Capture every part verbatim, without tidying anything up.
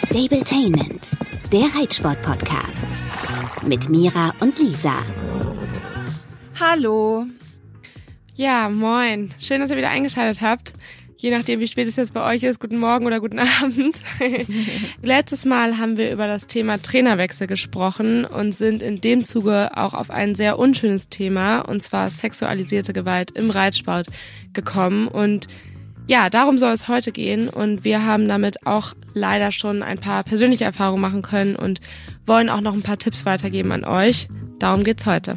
Stabletainment, der Reitsport-Podcast mit Mira und Lisa. Hallo. Ja, moin. Schön, dass ihr wieder eingeschaltet habt. Je nachdem, wie spät es jetzt bei euch ist, guten Morgen oder guten Abend. Letztes Mal haben wir über das Thema Trainerwechsel gesprochen und sind in dem Zuge auch auf ein sehr unschönes Thema, und zwar sexualisierte Gewalt im Reitsport, gekommen. Und ja, darum soll es heute gehen, und wir haben damit auch leider schon ein paar persönliche Erfahrungen machen können und wollen auch noch ein paar Tipps weitergeben an euch. Darum geht's heute.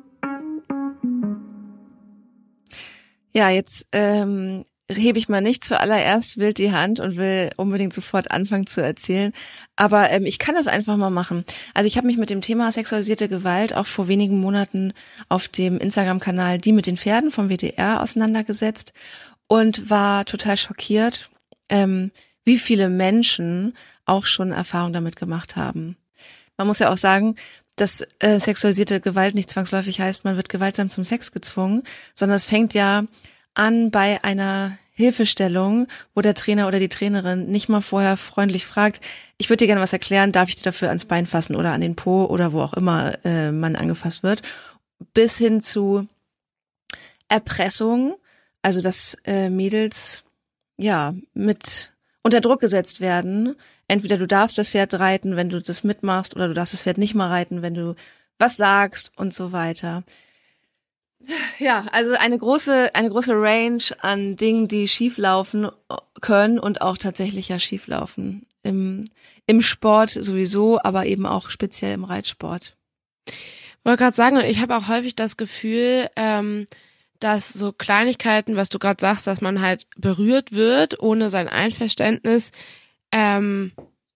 Ja, jetzt ähm, hebe ich mal nicht zuallererst wild die Hand und will unbedingt sofort anfangen zu erzählen. Aber ähm, ich kann das einfach mal machen. Also ich habe mich mit dem Thema sexualisierte Gewalt auch vor wenigen Monaten auf dem Instagram-Kanal Die mit den Pferden vom W D R auseinandergesetzt und war total schockiert, ähm, wie viele Menschen auch schon Erfahrung damit gemacht haben. Man muss ja auch sagen, dass äh, sexualisierte Gewalt nicht zwangsläufig heißt, man wird gewaltsam zum Sex gezwungen, sondern es fängt ja an bei einer Hilfestellung, wo der Trainer oder die Trainerin nicht mal vorher freundlich fragt, ich würde dir gerne was erklären, darf ich dir dafür ans Bein fassen oder an den Po oder wo auch immer äh, man angefasst wird, bis hin zu Erpressung, also dass äh, Mädels ja mit unter Druck gesetzt werden. Entweder du darfst das Pferd reiten, wenn du das mitmachst, oder du darfst das Pferd nicht mal reiten, wenn du was sagst und so weiter. Ja, also eine große, eine große Range an Dingen, die schief laufen können und auch tatsächlich ja schief laufen. Im, im Sport sowieso, aber eben auch speziell im Reitsport. Ich wollte gerade sagen, ich habe auch häufig das Gefühl, ähm, dass so Kleinigkeiten, was du gerade sagst, dass man halt berührt wird, ohne sein Einverständnis, ähm,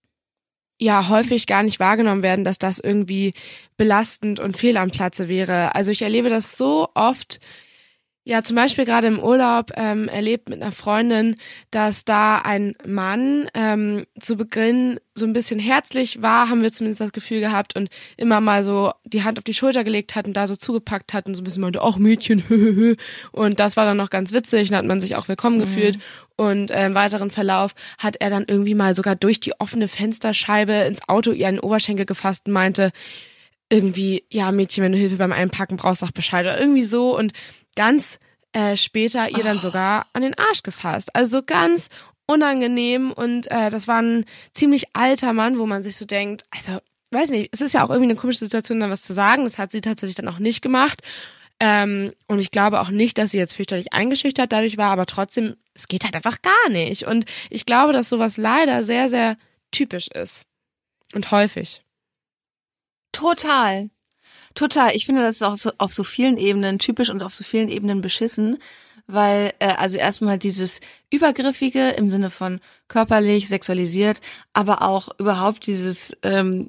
ja häufig gar nicht wahrgenommen werden, dass das irgendwie belastend und fehl am Platze wäre. Also ich erlebe das so oft, ja zum Beispiel gerade im Urlaub ähm, erlebt mit einer Freundin, dass da ein Mann ähm, zu Beginn so ein bisschen herzlich war, haben wir zumindest das Gefühl gehabt, und immer mal so die Hand auf die Schulter gelegt hat und da so zugepackt hat und so ein bisschen meinte, ach Mädchen, höhö. Und das war dann noch ganz witzig, und hat man sich auch willkommen mhm. gefühlt. Und äh, im weiteren Verlauf hat er dann irgendwie mal sogar durch die offene Fensterscheibe ins Auto ihr einen Oberschenkel gefasst und meinte irgendwie, ja Mädchen, wenn du Hilfe beim Einpacken brauchst, sag Bescheid oder irgendwie so, und ganz äh, später ihr dann oh. sogar an den Arsch gefasst. Also so ganz unangenehm, und äh, das war ein ziemlich alter Mann, wo man sich so denkt, also weiß nicht, es ist ja auch irgendwie eine komische Situation, da was zu sagen. Das hat sie tatsächlich dann auch nicht gemacht. Ähm, und ich glaube auch nicht, dass sie jetzt fürchterlich eingeschüchtert dadurch war, aber trotzdem, es geht halt einfach gar nicht. Und ich glaube, dass sowas leider sehr, sehr typisch ist. Und häufig. Total. Total. Ich finde, das ist auch so auf so vielen Ebenen typisch und auf so vielen Ebenen beschissen, weil äh, also erstmal dieses Übergriffige im Sinne von körperlich, sexualisiert, aber auch überhaupt dieses ähm,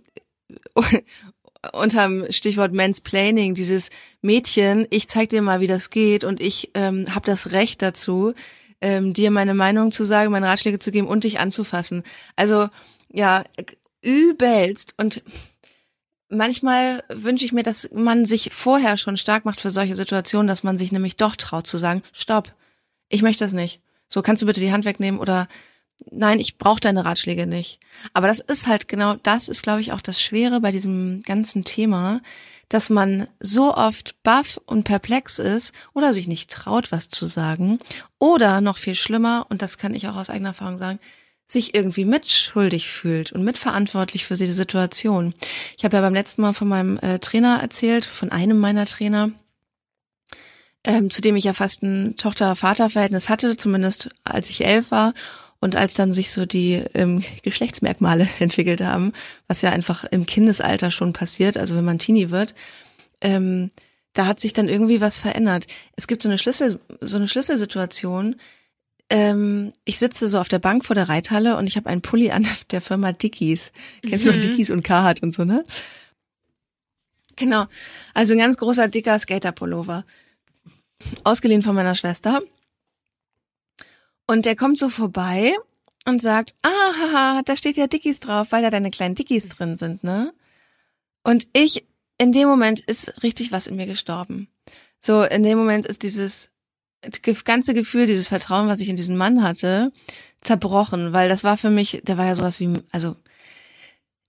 unterm Stichwort Mansplaining, dieses Mädchen, ich zeig dir mal, wie das geht, und ich ähm, habe das Recht dazu, ähm, dir meine Meinung zu sagen, meine Ratschläge zu geben und dich anzufassen. Also ja, übelst. Und manchmal wünsche ich mir, dass man sich vorher schon stark macht für solche Situationen, dass man sich nämlich doch traut zu sagen, stopp, ich möchte das nicht. So, kannst du bitte die Hand wegnehmen, oder nein, ich brauche deine Ratschläge nicht. Aber das ist halt genau, das ist, glaube ich, auch das Schwere bei diesem ganzen Thema, dass man so oft baff und perplex ist oder sich nicht traut, was zu sagen, oder noch viel schlimmer, und das kann ich auch aus eigener Erfahrung sagen, sich irgendwie mitschuldig fühlt und mitverantwortlich für die Situation. Ich habe ja beim letzten Mal von meinem äh, Trainer erzählt, von einem meiner Trainer, ähm, zu dem ich ja fast ein Tochter-Vater-Verhältnis hatte, zumindest als ich elf war, und als dann sich so die ähm, Geschlechtsmerkmale entwickelt haben, was ja einfach im Kindesalter schon passiert, also wenn man Teenie wird, ähm, da hat sich dann irgendwie was verändert. Es gibt so eine Schlüssel, so eine Schlüsselsituation. Ähm, ich sitze so auf der Bank vor der Reithalle und ich habe einen Pulli an der Firma Dickies. Kennst du noch Dickies und Carhartt und so, ne? Genau. Also ein ganz großer, dicker Skaterpullover. Ausgeliehen von meiner Schwester. Und der kommt so vorbei und sagt, ah, haha, da steht ja Dickies drauf, weil da deine kleinen Dickies drin sind, ne? Und ich, in dem Moment ist richtig was in mir gestorben. So, in dem Moment ist dieses ganze Gefühl, dieses Vertrauen, was ich in diesen Mann hatte, zerbrochen, weil das war für mich, der war ja sowas wie, also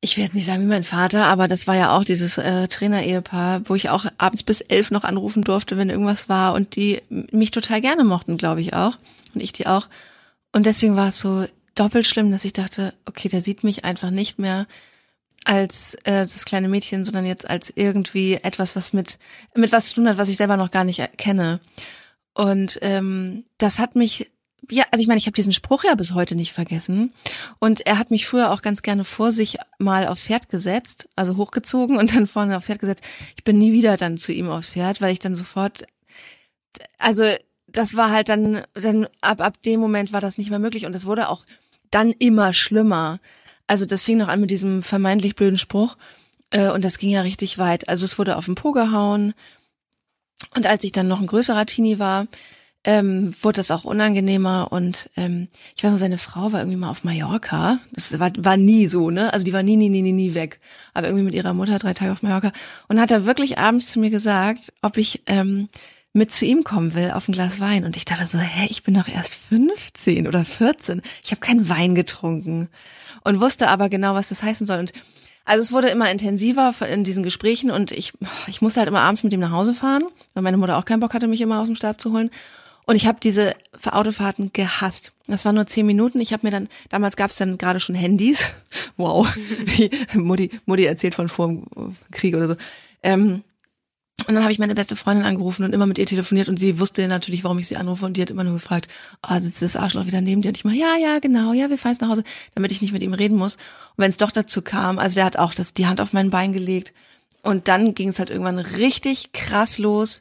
ich will jetzt nicht sagen wie mein Vater, aber das war ja auch dieses äh, Trainer-Ehepaar, wo ich auch abends bis elf noch anrufen durfte, wenn irgendwas war und die mich total gerne mochten, glaube ich auch. Und ich die auch. Und deswegen war es so doppelt schlimm, dass ich dachte, okay, der sieht mich einfach nicht mehr als äh, das kleine Mädchen, sondern jetzt als irgendwie etwas, was mit mit was zu tun hat, was ich selber noch gar nicht kenne. Und ähm, das hat mich, ja, also ich meine, ich habe diesen Spruch ja bis heute nicht vergessen. Und er hat mich früher auch ganz gerne vor sich mal aufs Pferd gesetzt, also hochgezogen und dann vorne aufs Pferd gesetzt. Ich bin nie wieder dann zu ihm aufs Pferd, weil ich dann sofort, also das war halt dann, dann ab ab dem Moment war das nicht mehr möglich und es wurde auch dann immer schlimmer. Also das fing noch an mit diesem vermeintlich blöden Spruch äh, und das ging ja richtig weit. Also es wurde auf den Po gehauen und als ich dann noch ein größerer Teenie war, ähm, wurde das auch unangenehmer und ähm, ich weiß noch, seine Frau war irgendwie mal auf Mallorca. Das war, war nie so, ne? Also die war nie, nie, nie, nie, nie weg. Aber irgendwie mit ihrer Mutter drei Tage auf Mallorca und hat er wirklich abends zu mir gesagt, ob ich ähm, mit zu ihm kommen will auf ein Glas Wein. Und ich dachte so, hä, ich bin doch erst fünfzehn oder vierzehn. Ich habe keinen Wein getrunken. Und wusste aber genau, was das heißen soll. Und also es wurde immer intensiver in diesen Gesprächen und ich ich musste halt immer abends mit ihm nach Hause fahren, weil meine Mutter auch keinen Bock hatte, mich immer aus dem Stab zu holen. Und ich habe diese Autofahrten gehasst. Das waren nur zehn Minuten. Ich habe mir dann, damals gab es dann gerade schon Handys. Wow, wie Mutti, Mutti erzählt von vor dem Krieg oder so. Ähm, Und dann habe ich meine beste Freundin angerufen und immer mit ihr telefoniert und sie wusste natürlich, warum ich sie anrufe und die hat immer nur gefragt, oh, sitzt das Arschloch wieder neben dir? Und ich mal, ja, ja, genau, ja, wir fahren jetzt nach Hause, damit ich nicht mit ihm reden muss. Und wenn es doch dazu kam, also der hat auch das, die Hand auf mein Bein gelegt und dann ging es halt irgendwann richtig krass los,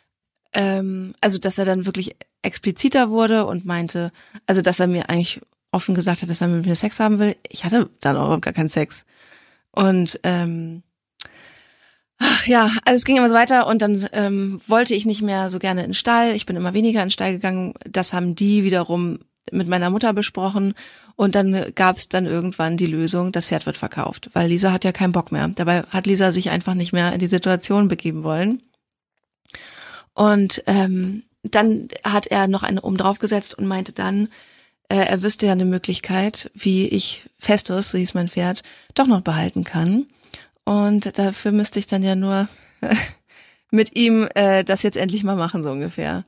ähm, also dass er dann wirklich expliziter wurde und meinte, also dass er mir eigentlich offen gesagt hat, dass er mit mir Sex haben will. Ich hatte dann auch gar keinen Sex. Und ähm, Ach ja, also es ging immer so weiter und dann ähm, wollte ich nicht mehr so gerne in den Stall. Ich bin immer weniger in den Stall gegangen. Das haben die wiederum mit meiner Mutter besprochen und dann gab es dann irgendwann die Lösung, das Pferd wird verkauft, weil Lisa hat ja keinen Bock mehr. Dabei hat Lisa sich einfach nicht mehr in die Situation begeben wollen. Und ähm, dann hat er noch eine oben drauf gesetzt und meinte dann, äh, er wüsste ja eine Möglichkeit, wie ich Festus, so hieß mein Pferd, doch noch behalten kann. Und dafür müsste ich dann ja nur mit ihm äh, das jetzt endlich mal machen, so ungefähr.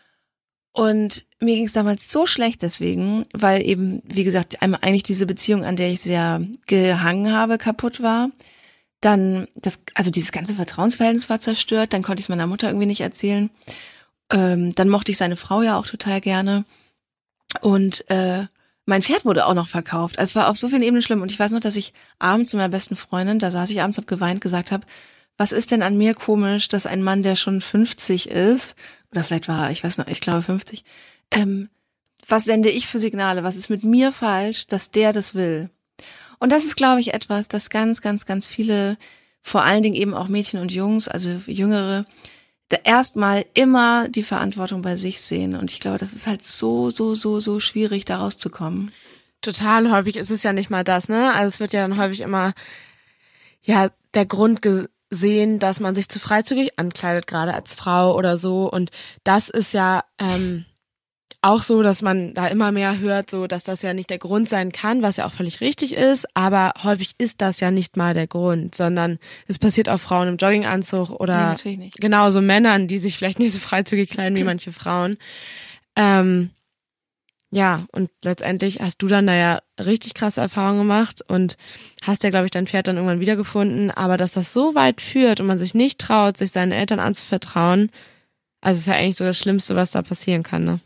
Und mir ging es damals so schlecht deswegen, weil eben, wie gesagt, einmal eigentlich diese Beziehung, an der ich sehr gehangen habe, kaputt war. Dann, das, also dieses ganze Vertrauensverhältnis war zerstört, dann konnte ich es meiner Mutter irgendwie nicht erzählen. Ähm, dann mochte ich seine Frau ja auch total gerne. Und äh, mein Pferd wurde auch noch verkauft. Also es war auf so vielen Ebenen schlimm. Und ich weiß noch, dass ich abends zu meiner besten Freundin, da saß ich abends, hab geweint, gesagt habe, was ist denn an mir komisch, dass ein Mann, der schon fünfzig ist, oder vielleicht war er, ich weiß noch, ich glaube fünfzig, ähm, was sende ich für Signale? Was ist mit mir falsch, dass der das will? Und das ist, glaube ich, etwas, das ganz, ganz, ganz viele, vor allen Dingen eben auch Mädchen und Jungs, also Jüngere, erstmal immer die Verantwortung bei sich sehen. Und ich glaube, das ist halt so, so, so, so schwierig, da rauszukommen. Total häufig ist es ja nicht mal das, ne? Also es wird ja dann häufig immer, ja, der Grund gesehen, dass man sich zu freizügig ankleidet, gerade als Frau oder so. Und das ist ja ähm, auch so, dass man da immer mehr hört, so dass das ja nicht der Grund sein kann, was ja auch völlig richtig ist, aber häufig ist das ja nicht mal der Grund, sondern es passiert auch Frauen im Jogginganzug oder nee, genauso Männern, die sich vielleicht nicht so freizügig kleiden wie manche Frauen. Ähm, ja, und letztendlich hast du dann da ja richtig krasse Erfahrungen gemacht und hast ja, glaube ich, dein Pferd dann irgendwann wiedergefunden, aber dass das so weit führt und man sich nicht traut, sich seinen Eltern anzuvertrauen, also ist ja eigentlich so das Schlimmste, was da passieren kann, ne?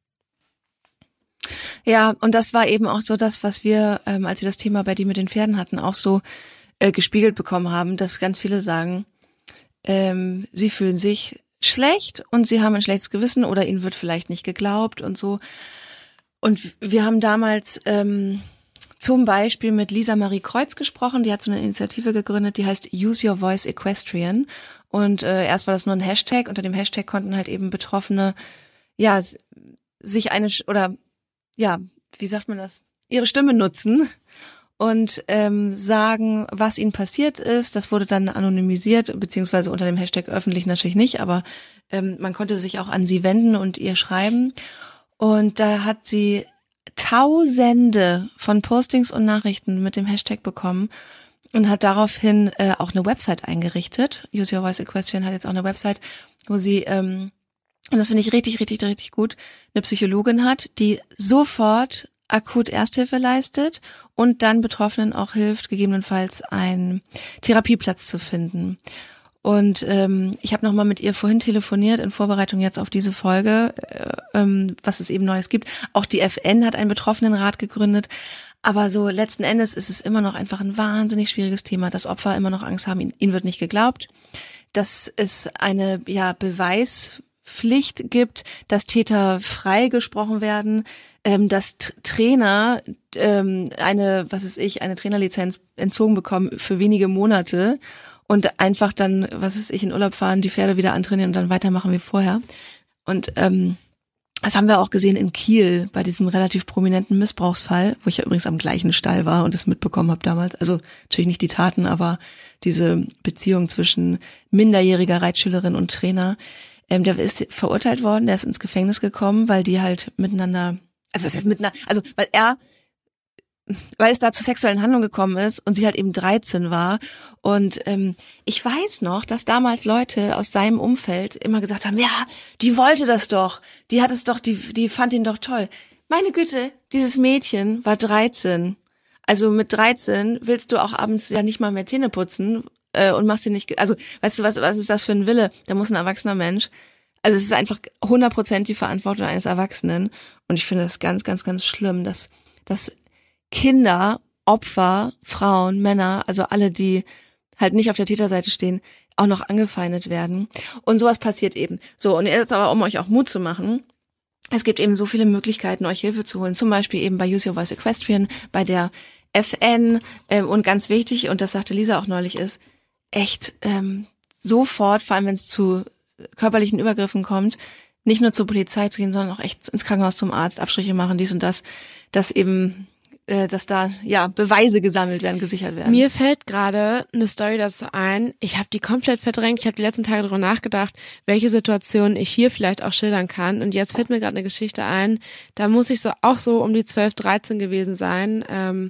Ja, und das war eben auch so das, was wir, ähm, als wir das Thema bei die mit den Pferden hatten, auch so äh, gespiegelt bekommen haben, dass ganz viele sagen, ähm, sie fühlen sich schlecht und sie haben ein schlechtes Gewissen oder ihnen wird vielleicht nicht geglaubt und so. Und wir haben damals ähm, zum Beispiel mit Lisa Marie Kreuz gesprochen, die hat so eine Initiative gegründet, die heißt Use Your Voice Equestrian. Und äh, erst war das nur ein Hashtag, unter dem Hashtag konnten halt eben Betroffene, ja, sich eine, oder ja, wie sagt man das, ihre Stimme nutzen und ähm, sagen, was ihnen passiert ist. Das wurde dann anonymisiert, beziehungsweise unter dem Hashtag öffentlich natürlich nicht, aber ähm, man konnte sich auch an sie wenden und ihr schreiben. Und da hat sie Tausende von Postings und Nachrichten mit dem Hashtag bekommen. und hat daraufhin äh, auch eine Website eingerichtet. Use Your Voice Equestrian hat jetzt auch eine Website, wo sie, ähm, und das finde ich richtig, richtig, richtig gut, eine Psychologin hat, die sofort akut Ersthilfe leistet und dann Betroffenen auch hilft, gegebenenfalls einen Therapieplatz zu finden. Und ähm, ich habe nochmal mit ihr vorhin telefoniert in Vorbereitung jetzt auf diese Folge, äh, ähm, was es eben Neues gibt. Auch die F N hat einen Betroffenenrat gegründet. Aber so letzten Endes ist es immer noch einfach ein wahnsinnig schwieriges Thema, dass Opfer immer noch Angst haben, ihnen, ihnen wird nicht geglaubt, dass es eine ja Beweispflicht gibt, dass Täter freigesprochen werden, ähm, dass T- Trainer ähm, eine, was weiß ich, eine Trainerlizenz entzogen bekommen für wenige Monate und einfach dann, was weiß ich, in Urlaub fahren, die Pferde wieder antrainieren und dann weitermachen wie vorher. Und ähm, das haben wir auch gesehen in Kiel bei diesem relativ prominenten Missbrauchsfall, wo ich ja übrigens am gleichen Stall war und das mitbekommen habe damals. Also natürlich nicht die Taten, aber diese Beziehung zwischen minderjähriger Reitschülerin und Trainer. Ähm, der ist verurteilt worden, der ist ins Gefängnis gekommen, weil die halt miteinander, also was heißt miteinander, also weil er weil es da zu sexuellen Handlungen gekommen ist und sie halt eben dreizehn war. Und ähm, ich weiß noch, dass damals Leute aus seinem Umfeld immer gesagt haben, ja, die wollte das doch, die hat es doch, die, die fand ihn doch toll. Meine Güte, dieses Mädchen war dreizehn. Also mit dreizehn willst du auch abends ja nicht mal mehr Zähne putzen äh, und machst dir nicht, also weißt du, was, was ist das für ein Wille? Da muss ein erwachsener Mensch, also es ist einfach hundert Prozent die Verantwortung eines Erwachsenen. Und ich finde das ganz, ganz, ganz schlimm, dass, dass Kinder, Opfer, Frauen, Männer, also alle, die halt nicht auf der Täterseite stehen, auch noch angefeindet werden. Und sowas passiert eben. So, und jetzt aber, um euch auch Mut zu machen, es gibt eben so viele Möglichkeiten, euch Hilfe zu holen. Zum Beispiel eben bei Use Your Voice Equestrian, bei der F N. Ähm, und ganz wichtig, und das sagte Lisa auch neulich, ist echt ähm, sofort, vor allem wenn es zu körperlichen Übergriffen kommt, nicht nur zur Polizei zu gehen, sondern auch echt ins Krankenhaus zum Arzt, Abstriche machen, dies und das, dass eben dass da ja Beweise gesammelt werden, gesichert werden. Mir fällt gerade eine Story dazu ein. Ich habe die komplett verdrängt. Ich habe die letzten Tage darüber nachgedacht, welche Situationen ich hier vielleicht auch schildern kann. Und jetzt fällt mir gerade eine Geschichte ein. Da muss ich so auch so um die zwölf, dreizehn gewesen sein, ähm,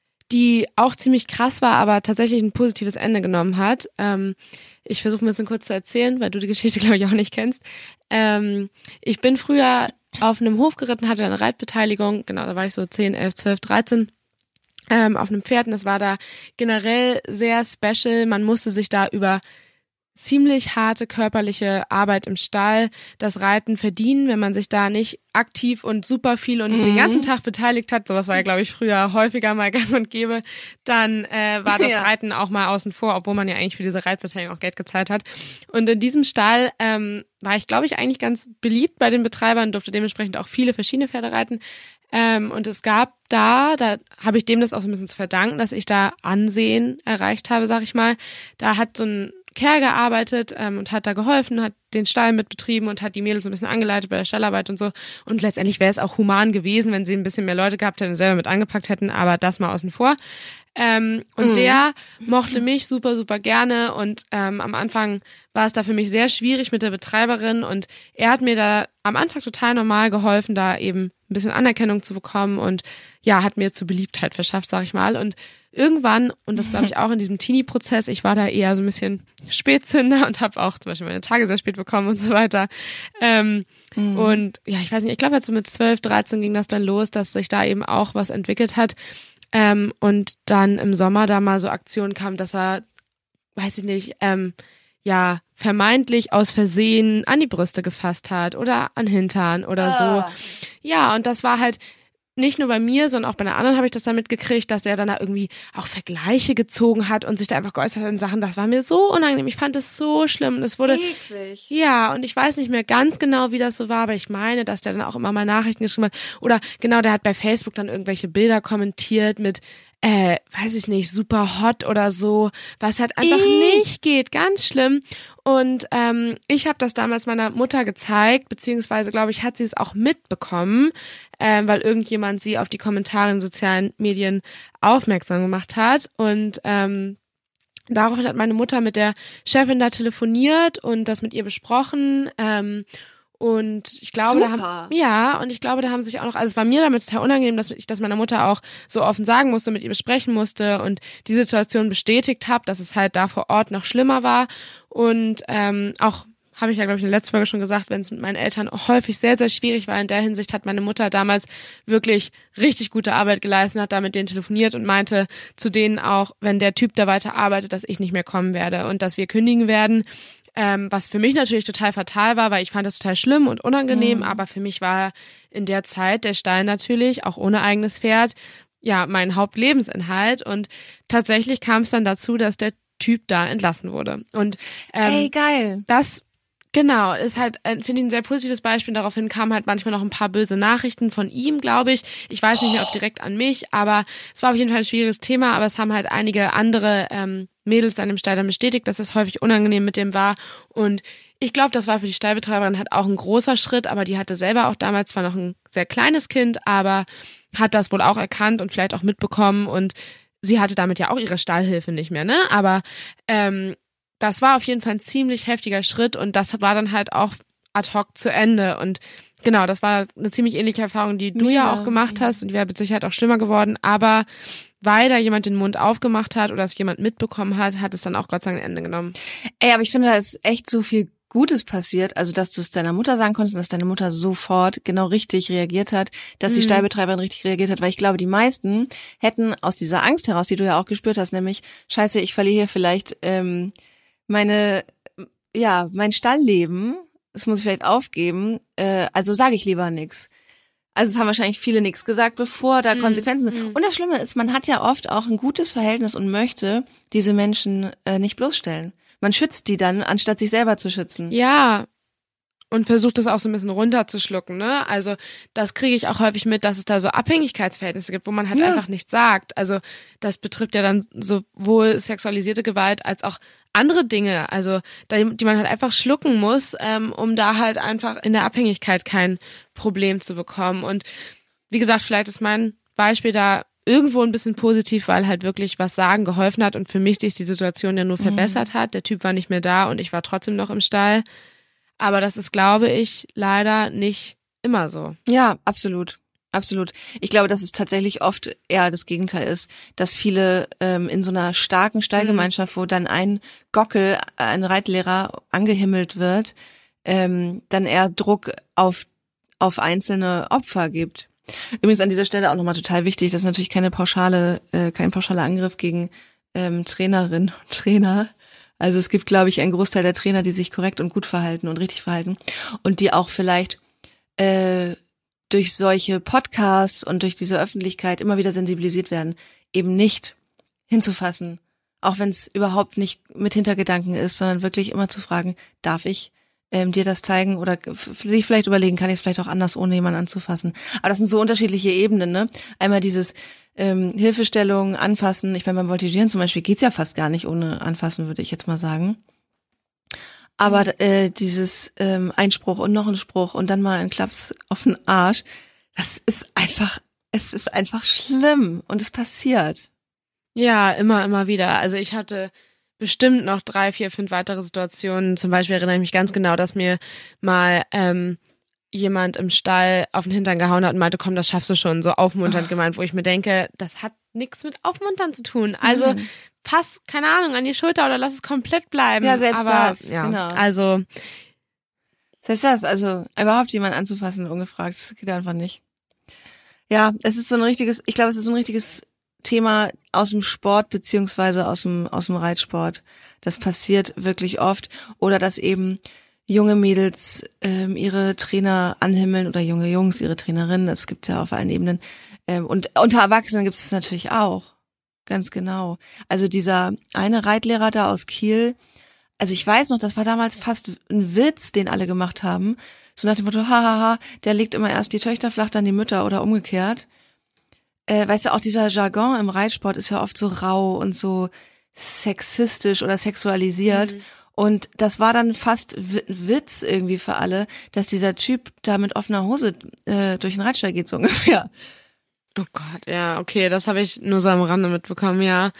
die auch ziemlich krass war, aber tatsächlich ein positives Ende genommen hat. Ähm, ich versuche ein bisschen kurz zu erzählen, weil du die Geschichte, glaube ich, auch nicht kennst. Ähm, ich bin früher auf einem Hof geritten, hatte eine Reitbeteiligung, genau, da war ich so zehn, elf, zwölf, dreizehn, ähm, auf einem Pferd und das war da generell sehr special. Man musste sich da über ziemlich harte körperliche Arbeit im Stall das Reiten verdienen, wenn man sich da nicht aktiv und super viel und mhm. den ganzen Tag beteiligt hat, sowas war ja, glaube ich, früher häufiger mal gang und gäbe, dann äh, war das ja. Reiten auch mal außen vor, obwohl man ja eigentlich für diese Reitbeteiligung auch Geld gezahlt hat. Und in diesem Stall ähm, war ich, glaube ich, eigentlich ganz beliebt bei den Betreibern, durfte dementsprechend auch viele verschiedene Pferde reiten. Ähm, und es gab da, da habe ich dem das auch so ein bisschen zu verdanken, dass ich da Ansehen erreicht habe, sag ich mal. Da hat so ein Kerl gearbeitet ähm, und hat da geholfen, hat den Stall mitbetrieben und hat die Mädels so ein bisschen angeleitet bei der Stallarbeit und so. Und letztendlich wäre es auch human gewesen, wenn sie ein bisschen mehr Leute gehabt hätten und selber mit angepackt hätten, aber das mal außen vor. Ähm, und mhm. der mochte mich super, super gerne und ähm, am Anfang war es da für mich sehr schwierig mit der Betreiberin und er hat mir da am Anfang total normal geholfen, da eben ein bisschen Anerkennung zu bekommen und ja, hat mir zur Beliebtheit verschafft, sag ich mal. Und irgendwann, und das glaube ich auch in diesem Teenie-Prozess, ich war da eher so ein bisschen Spätzünder und habe auch zum Beispiel meine Tage sehr spät bekommen und so weiter. Ähm, mhm. Und ja, ich weiß nicht, ich glaube, jetzt so mit zwölf, dreizehn ging das dann los, dass sich da eben auch was entwickelt hat. Ähm, und dann im Sommer da mal so Aktionen kam, dass er, weiß ich nicht, ähm, ja, vermeintlich aus Versehen an die Brüste gefasst hat oder an Hintern oder so. Oh. Ja, und das war halt nicht nur bei mir, sondern auch bei einer anderen habe ich das dann mitgekriegt, dass er dann da irgendwie auch Vergleiche gezogen hat und sich da einfach geäußert hat in Sachen, das war mir so unangenehm, ich fand das so schlimm und es wurde, eklig. Ja, und ich weiß nicht mehr ganz genau, wie das so war, aber ich meine, dass der dann auch immer mal Nachrichten geschrieben hat oder genau, der hat bei Facebook dann irgendwelche Bilder kommentiert mit äh, weiß ich nicht, super hot oder so, was halt einfach Eee. nicht geht, ganz schlimm. Und ähm, ich habe das damals meiner Mutter gezeigt, beziehungsweise, glaube ich, hat sie es auch mitbekommen, ähm, weil irgendjemand sie auf die Kommentare in sozialen Medien aufmerksam gemacht hat. Und ähm, daraufhin hat meine Mutter mit der Chefin da telefoniert und das mit ihr besprochen. Ähm, Und ich glaube, Super. da haben, ja, und ich glaube, da haben sich auch noch, also es war mir damit total unangenehm, dass ich das meiner Mutter auch so offen sagen musste, mit ihr besprechen musste und die Situation bestätigt habe, dass es halt da vor Ort noch schlimmer war. Und ähm, auch, habe ich ja, glaube ich, in der letzten Folge schon gesagt, wenn es mit meinen Eltern auch häufig sehr, sehr schwierig war. In der Hinsicht hat meine Mutter damals wirklich richtig gute Arbeit geleistet, hat da mit denen telefoniert und meinte zu denen auch, wenn der Typ da weiter arbeitet, dass ich nicht mehr kommen werde und dass wir kündigen werden. Ähm, was für mich natürlich total fatal war, weil ich fand das total schlimm und unangenehm, mhm. aber für mich war in der Zeit der Stall natürlich, auch ohne eigenes Pferd, ja, mein Hauptlebensinhalt. Und tatsächlich kam es dann dazu, dass der Typ da entlassen wurde. Und ähm, Ey, geil. Das Genau, ist halt, finde ich, ein sehr positives Beispiel. Daraufhin kamen halt manchmal noch ein paar böse Nachrichten von ihm, glaube ich. Ich weiß nicht mehr, ob direkt an mich, aber es war auf jeden Fall ein schwieriges Thema. Aber es haben halt einige andere ähm, Mädels dann im Stall dann bestätigt, dass es häufig unangenehm mit dem war. Und ich glaube, das war für die Stallbetreiberin halt auch ein großer Schritt. Aber die hatte selber auch damals zwar noch ein sehr kleines Kind, aber hat das wohl auch erkannt und vielleicht auch mitbekommen. Und sie hatte damit ja auch ihre Stallhilfe nicht mehr, ne? Aber ähm, das war auf jeden Fall ein ziemlich heftiger Schritt und das war dann halt auch ad hoc zu Ende. Und genau, das war eine ziemlich ähnliche Erfahrung, die du ja, ja auch gemacht hast und die wäre mit Sicherheit auch schlimmer geworden. Aber weil da jemand den Mund aufgemacht hat oder es jemand mitbekommen hat, hat es dann auch Gott sei Dank ein Ende genommen. Ey, aber ich finde, da ist echt so viel Gutes passiert, also dass du es deiner Mutter sagen konntest und dass deine Mutter sofort genau richtig reagiert hat, dass die mhm. Stallbetreiberin richtig reagiert hat, weil ich glaube, die meisten hätten aus dieser Angst heraus, die du ja auch gespürt hast, nämlich, scheiße, ich verliere hier vielleicht ähm, meine, ja, mein Stallleben, das muss ich vielleicht aufgeben, äh, also sage ich lieber nix. Also es haben wahrscheinlich viele nichts gesagt, bevor da mm, Konsequenzen sind. Mm. Und das Schlimme ist, man hat ja oft auch ein gutes Verhältnis und möchte diese Menschen äh, nicht bloßstellen. Man schützt die dann, anstatt sich selber zu schützen. Ja, und versucht das auch so ein bisschen runterzuschlucken, ne? Also das kriege ich auch häufig mit, dass es da so Abhängigkeitsverhältnisse gibt, wo man halt ja. einfach nichts sagt. Also das betrifft ja dann sowohl sexualisierte Gewalt als auch andere Dinge, also die man halt einfach schlucken muss, ähm, um da halt einfach in der Abhängigkeit kein Problem zu bekommen. Und wie gesagt, vielleicht ist mein Beispiel da irgendwo ein bisschen positiv, weil halt wirklich was sagen geholfen hat und für mich sich die Situation ja nur mhm. verbessert hat. Der Typ war nicht mehr da und ich war trotzdem noch im Stall. Aber das ist, glaube ich, leider nicht immer so. Ja, absolut. Absolut. Ich glaube, dass es tatsächlich oft eher das Gegenteil ist, dass viele ähm, in so einer starken Stallgemeinschaft, wo dann ein Gockel, ein Reitlehrer angehimmelt wird, ähm, dann eher Druck auf auf einzelne Opfer gibt. Übrigens an dieser Stelle auch nochmal total wichtig, das ist natürlich keine pauschale, äh, kein pauschaler Angriff gegen ähm, Trainerinnen und Trainer. Also es gibt, glaube ich, einen Großteil der Trainer, die sich korrekt und gut verhalten und richtig verhalten und die auch vielleicht äh, durch solche Podcasts und durch diese Öffentlichkeit immer wieder sensibilisiert werden, eben nicht hinzufassen, auch wenn es überhaupt nicht mit Hintergedanken ist, sondern wirklich immer zu fragen, darf ich ähm, dir das zeigen oder sich vielleicht überlegen, kann ich es vielleicht auch anders, ohne jemanden anzufassen. Aber das sind so unterschiedliche Ebenen, ne? Einmal dieses ähm, Hilfestellung, Anfassen, ich meine, beim Voltigieren zum Beispiel geht's ja fast gar nicht ohne Anfassen, würde ich jetzt mal sagen. Aber äh, dieses ähm, Einspruch und noch ein Spruch und dann mal ein Klaps auf den Arsch, das ist einfach, es ist einfach schlimm und es passiert. Ja, immer, immer wieder. Also ich hatte bestimmt noch drei, vier, fünf weitere Situationen. Zum Beispiel erinnere ich mich ganz genau, dass mir mal ähm, jemand im Stall auf den Hintern gehauen hat und meinte, komm, das schaffst du schon, so aufmunternd oh. gemeint, wo ich mir denke, das hat nichts mit aufmuntern zu tun. Also mhm. pass, keine Ahnung, an die Schulter oder lass es komplett bleiben. Ja, selbst Aber, das, ja, genau. Also das heißt das, also überhaupt jemanden anzufassen, ungefragt, das geht einfach nicht. Ja, es ist so ein richtiges, ich glaube, es ist so ein richtiges Thema aus dem Sport beziehungsweise aus dem aus dem Reitsport. Das passiert wirklich oft. Oder dass eben junge Mädels ähm, ihre Trainer anhimmeln oder junge Jungs ihre Trainerinnen. Das gibt's ja auf allen Ebenen. Ähm, und unter Erwachsenen gibt es natürlich auch. Ganz genau. Also dieser eine Reitlehrer da aus Kiel, also ich weiß noch, das war damals fast ein Witz, den alle gemacht haben. So nach dem Motto, hahaha, der legt immer erst die Töchter flach, dann die Mütter oder umgekehrt. Äh, weißt du, auch dieser Jargon im Reitsport ist ja oft so rau und so sexistisch oder sexualisiert. Mhm. Und das war dann fast w- Witz irgendwie für alle, dass dieser Typ da mit offener Hose äh, durch den Reitstall geht, so ungefähr. Oh Gott, ja, okay, das habe ich nur so am Rande mitbekommen, ja.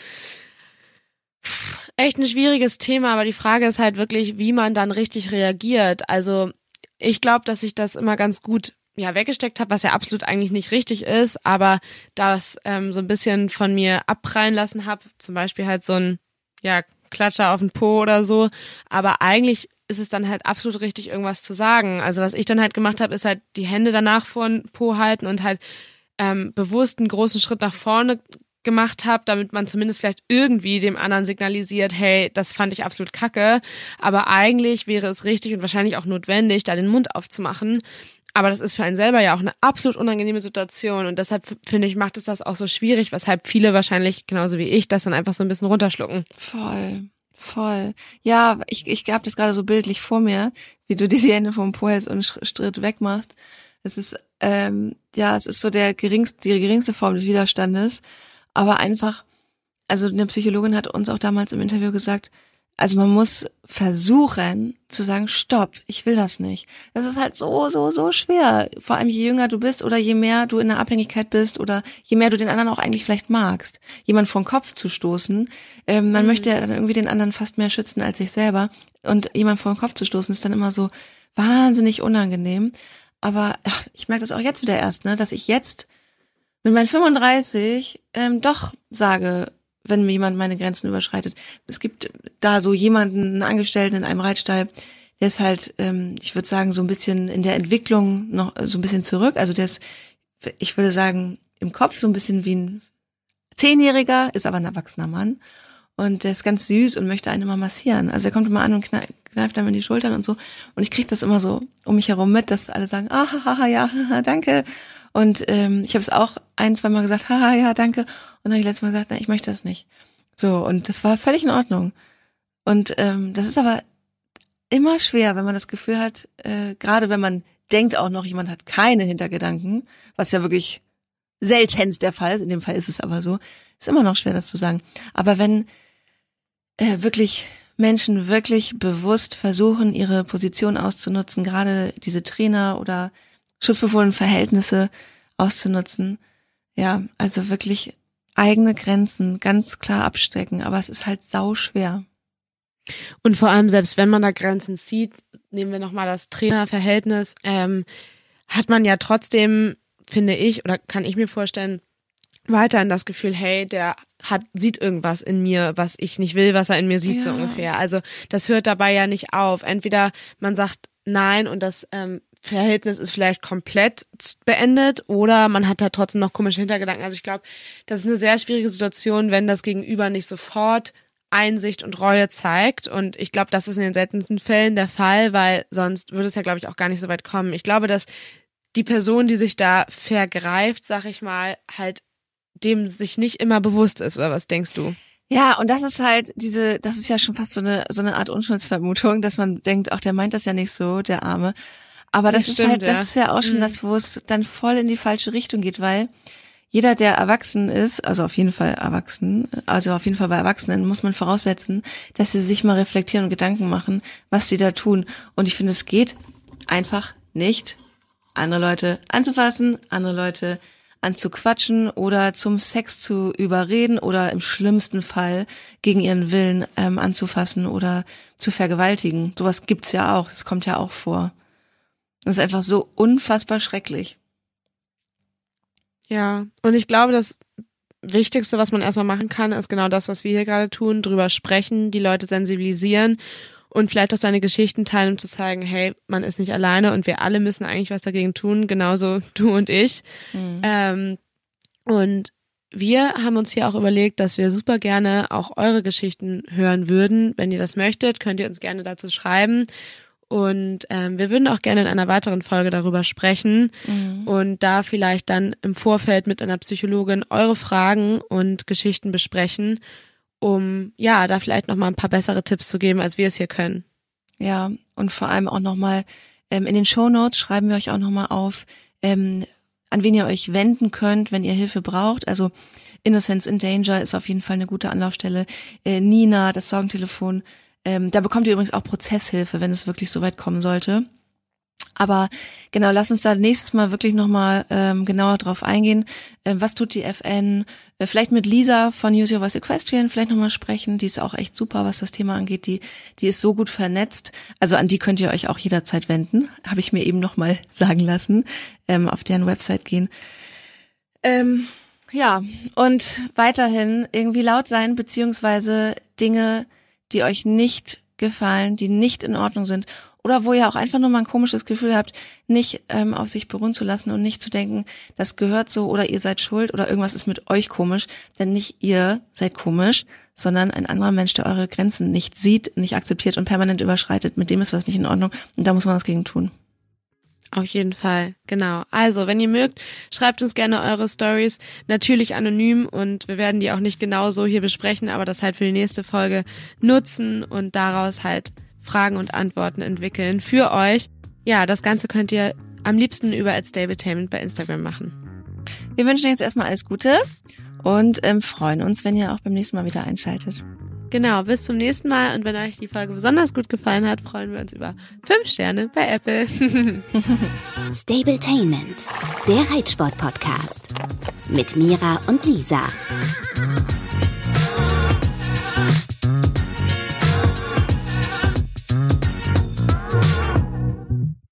Echt ein schwieriges Thema, aber die Frage ist halt wirklich, wie man dann richtig reagiert. Also ich glaube, dass ich das immer ganz gut ja weggesteckt habe, was ja absolut eigentlich nicht richtig ist, aber das ähm, so ein bisschen von mir abprallen lassen habe, zum Beispiel halt so ein ja Klatscher auf den Po oder so, aber eigentlich ist es dann halt absolut richtig, irgendwas zu sagen. Also was ich dann halt gemacht habe, ist halt die Hände danach vor den Po halten und halt ähm, bewusst einen großen Schritt nach vorne gemacht habe, damit man zumindest vielleicht irgendwie dem anderen signalisiert, hey, das fand ich absolut kacke, aber eigentlich wäre es richtig und wahrscheinlich auch notwendig, da den Mund aufzumachen. Aber das ist für einen selber ja auch eine absolut unangenehme Situation und deshalb finde ich, macht es das auch so schwierig, weshalb viele wahrscheinlich, genauso wie ich, das dann einfach so ein bisschen runterschlucken. Voll, voll. Ja, ich, ich habe das gerade so bildlich vor mir, wie du dir die Hände vom Po hältst und einen Schritt wegmachst. Es ist, ähm, ja, es ist so der geringste, die geringste Form des Widerstandes, aber einfach, also eine Psychologin hat uns auch damals im Interview gesagt, also man muss versuchen zu sagen, stopp, ich will das nicht. Das ist halt so, so, so schwer. Vor allem je jünger du bist oder je mehr du in der Abhängigkeit bist oder je mehr du den anderen auch eigentlich vielleicht magst. Jemand vor den Kopf zu stoßen. Ähm, man mhm. möchte ja dann irgendwie den anderen fast mehr schützen als sich selber. Und jemand vor den Kopf zu stoßen ist dann immer so wahnsinnig unangenehm. Aber ach, ich merke das auch jetzt wieder erst, ne, dass ich jetzt mit meinen fünfunddreißig ähm, doch sage, wenn mir jemand meine Grenzen überschreitet. Es gibt da so jemanden, einen Angestellten in einem Reitstall, der ist halt, ähm, ich würde sagen, so ein bisschen in der Entwicklung noch so ein bisschen zurück. Also der ist, ich würde sagen, im Kopf so ein bisschen wie ein Zehnjähriger, ist aber ein erwachsener Mann. Und der ist ganz süß und möchte einen immer massieren. Also er kommt immer an und kneift einem in die Schultern und so. Und ich kriege das immer so um mich herum mit, dass alle sagen, ah, haha, ja, haha, danke. Und ähm, ich habe es auch ein, zwei Mal gesagt, haha, ja, danke. Und dann habe ich letztes Mal gesagt, na, ich möchte das nicht. So, und das war völlig in Ordnung. Und ähm, das ist aber immer schwer, wenn man das Gefühl hat, äh, gerade wenn man denkt auch noch, jemand hat keine Hintergedanken, was ja wirklich seltenst der Fall ist, in dem Fall ist es aber so, ist immer noch schwer, das zu sagen. Aber wenn äh, wirklich Menschen wirklich bewusst versuchen, ihre Position auszunutzen, gerade diese Trainer oder schutzbefohlenen Verhältnisse auszunutzen. Ja, also wirklich eigene Grenzen ganz klar abstecken, aber es ist halt sau schwer. Und vor allem, selbst wenn man da Grenzen zieht, nehmen wir nochmal das Trainerverhältnis, ähm, hat man ja trotzdem, finde ich, oder kann ich mir vorstellen, weiterhin das Gefühl, hey, der hat sieht irgendwas in mir, was ich nicht will, was er in mir sieht, ja. So ungefähr. Also das hört dabei ja nicht auf. Entweder man sagt nein und das ähm, Verhältnis ist vielleicht komplett beendet oder man hat da trotzdem noch komische Hintergedanken. Also ich glaube, das ist eine sehr schwierige Situation, wenn das Gegenüber nicht sofort Einsicht und Reue zeigt. Und ich glaube, das ist in den seltensten Fällen der Fall, weil sonst würde es ja, glaube ich, auch gar nicht so weit kommen. Ich glaube, dass die Person, die sich da vergreift, sag ich mal, halt dem sich nicht immer bewusst ist. Oder was denkst du? Ja, und das ist halt diese, das ist ja schon fast so eine so eine Art Unschuldsvermutung, dass man denkt, ach, der meint das ja nicht so, der Arme. Aber das, das ist stimmt, halt, das ja. ist ja auch schon mhm. das, wo es dann voll in die falsche Richtung geht, weil jeder, der erwachsen ist, also auf jeden Fall erwachsen, also auf jeden Fall bei Erwachsenen, muss man voraussetzen, dass sie sich mal reflektieren und Gedanken machen, was sie da tun. Und ich finde, es geht einfach nicht, andere Leute anzufassen, andere Leute anzuquatschen oder zum Sex zu überreden oder im schlimmsten Fall gegen ihren Willen ähm, anzufassen oder zu vergewaltigen. Sowas gibt's ja auch, das kommt ja auch vor. Das ist einfach so unfassbar schrecklich. Ja, und ich glaube, das Wichtigste, was man erstmal machen kann, ist genau das, was wir hier gerade tun, drüber sprechen, die Leute sensibilisieren und vielleicht auch seine Geschichten teilen, um zu zeigen, hey, man ist nicht alleine und wir alle müssen eigentlich was dagegen tun, genauso du und ich. Mhm. Ähm, und wir haben uns hier auch überlegt, dass wir super gerne auch eure Geschichten hören würden. Wenn ihr das möchtet, könnt ihr uns gerne dazu schreiben. Und ähm, wir würden auch gerne in einer weiteren Folge darüber sprechen mhm. und da vielleicht dann im Vorfeld mit einer Psychologin eure Fragen und Geschichten besprechen, um ja da vielleicht nochmal ein paar bessere Tipps zu geben, als wir es hier können. Ja, und vor allem auch nochmal ähm, in den Shownotes schreiben wir euch auch nochmal auf, ähm, an wen ihr euch wenden könnt, wenn ihr Hilfe braucht. Also Innocence in Danger ist auf jeden Fall eine gute Anlaufstelle. Äh, Nina, das Sorgentelefon. Ähm, da bekommt ihr übrigens auch Prozesshilfe, wenn es wirklich so weit kommen sollte. Aber genau, lass uns da nächstes Mal wirklich nochmal ähm, genauer drauf eingehen. Ähm, was tut die F N? Äh, vielleicht mit Lisa von Use Your Voice Equestrian vielleicht nochmal sprechen. Die ist auch echt super, was das Thema angeht. Die die ist so gut vernetzt. Also an die könnt ihr euch auch jederzeit wenden. Habe ich mir eben nochmal sagen lassen. Ähm, auf deren Website gehen. Ähm, ja, und weiterhin irgendwie laut sein, beziehungsweise Dinge, die euch nicht gefallen, die nicht in Ordnung sind, oder wo ihr auch einfach nur mal ein komisches Gefühl habt, nicht ähm, auf sich beruhen zu lassen und nicht zu denken, das gehört so oder ihr seid schuld oder irgendwas ist mit euch komisch, denn nicht ihr seid komisch, sondern ein anderer Mensch, der eure Grenzen nicht sieht, nicht akzeptiert und permanent überschreitet, mit dem ist was nicht in Ordnung und da muss man was gegen tun. Auf jeden Fall, genau. Also, wenn ihr mögt, schreibt uns gerne eure Stories, natürlich anonym und wir werden die auch nicht genau so hier besprechen, aber das halt für die nächste Folge nutzen und daraus halt Fragen und Antworten entwickeln für euch. Ja, das Ganze könnt ihr am liebsten über at stabletainment bei Instagram machen. Wir wünschen jetzt erstmal alles Gute und ähm, freuen uns, wenn ihr auch beim nächsten Mal wieder einschaltet. Genau, bis zum nächsten Mal und wenn euch die Folge besonders gut gefallen hat, freuen wir uns über fünf Sterne bei Apple. Stabletainment, der Reitsport-Podcast mit Mira und Lisa.